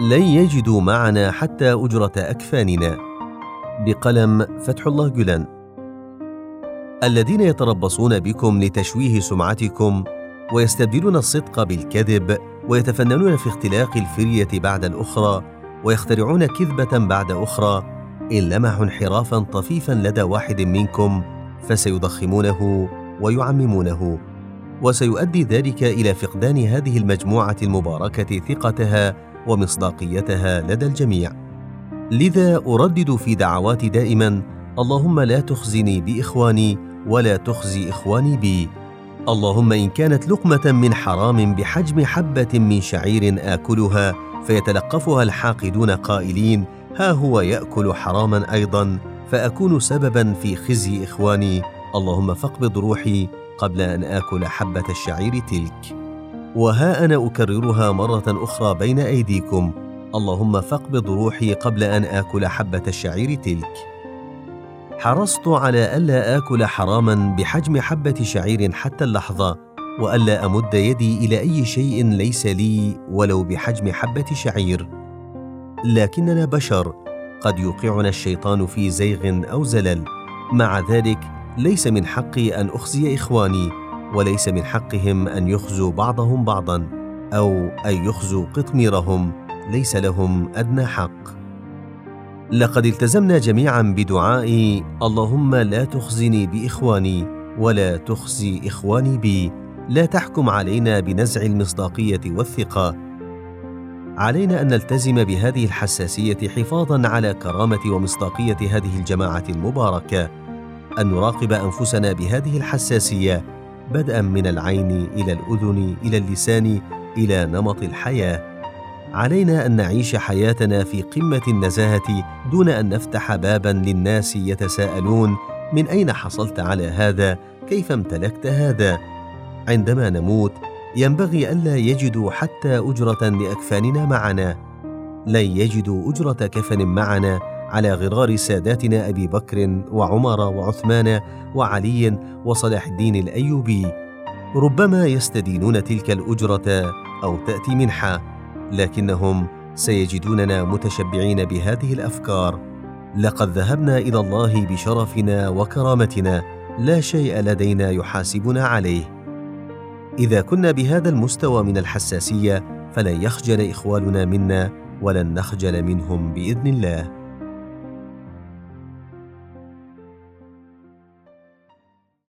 لن يجدوا معنا حتى أجرة أكفاننا. بقلم فتح الله جلان. الذين يتربصون بكم لتشويه سمعتكم ويستبدلون الصدق بالكذب ويتفننون في اختلاق الفرية بعد الأخرى ويخترعون كذبة بعد أخرى، إن لمحوا انحرافا طفيفا لدى واحد منكم فسيضخمونه ويعممونه، وسيؤدي ذلك إلى فقدان هذه المجموعة المباركة ثقتها ومصداقيتها لدى الجميع. لذا أردد في دعواتي دائما: اللهم لا تخزني بإخواني ولا تخزي إخواني بي. اللهم إن كانت لقمة من حرام بحجم حبة من شعير آكلها فيتلقفها الحاقدون قائلين: ها هو يأكل حراما أيضا، فأكون سببا في خزي إخواني، اللهم فاقبض روحي قبل أن آكل حبة الشعير تلك. وها أنا أكررها مرة أخرى بين أيديكم: اللهم فاقبض روحي قبل أن آكل حبة الشعير تلك. حرصت على ألا آكل حراما بحجم حبة شعير حتى اللحظة، وألا أمد يدي إلى أي شيء ليس لي ولو بحجم حبة شعير. لكننا بشر، قد يوقعنا الشيطان في زيغ أو زلل. مع ذلك ليس من حقي أن أخزي إخواني، وليس من حقهم أن يخزوا بعضهم بعضا أو أن يخزوا قطميرهم، ليس لهم أدنى حق. لقد التزمنا جميعا بدعاء: اللهم لا تخزني بإخواني ولا تخزي إخواني بي. لا تحكم علينا بنزع المصداقية والثقة. علينا أن نلتزم بهذه الحساسية حفاظا على كرامة ومصداقية هذه الجماعة المباركة، أن نراقب أنفسنا بهذه الحساسية بدءا من العين إلى الأذن إلى اللسان إلى نمط الحياة. علينا أن نعيش حياتنا في قمة النزاهة دون أن نفتح بابا للناس يتساءلون: من أين حصلت على هذا؟ كيف امتلكت هذا؟ عندما نموت ينبغي ألا يجدوا حتى أجرة لأكفاننا معنا. لن يجدوا أجرة كفن معنا على غرار ساداتنا أبي بكر وعمر وعثمان وعلي وصلاح الدين الأيوبي. ربما يستدينون تلك الأجرة أو تأتي منحة، لكنهم سيجدوننا متشبعين بهذه الأفكار: لقد ذهبنا إلى الله بشرفنا وكرامتنا، لا شيء لدينا يحاسبنا عليه. إذا كنا بهذا المستوى من الحساسية فلن يخجل إخواننا منا ولن نخجل منهم بإذن الله.